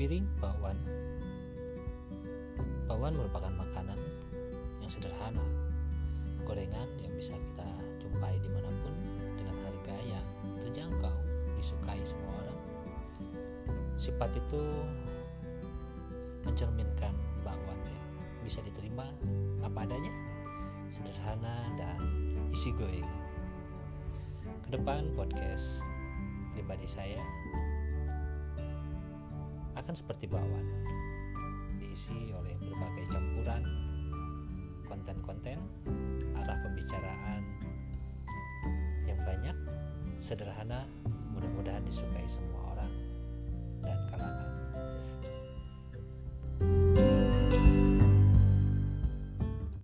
Sepiring bakwan. Bakwan merupakan makanan yang sederhana, gorengan yang bisa kita jumpai dimanapun dengan harga yang terjangkau, disukai semua orang. Sifat itu mencerminkan bakwan yang bisa diterima apa adanya, sederhana dan easy going. Kedepan podcast pribadi saya akan seperti bakwan, diisi oleh berbagai campuran konten-konten, arah pembicaraan yang banyak, sederhana, mudah-mudahan disukai semua.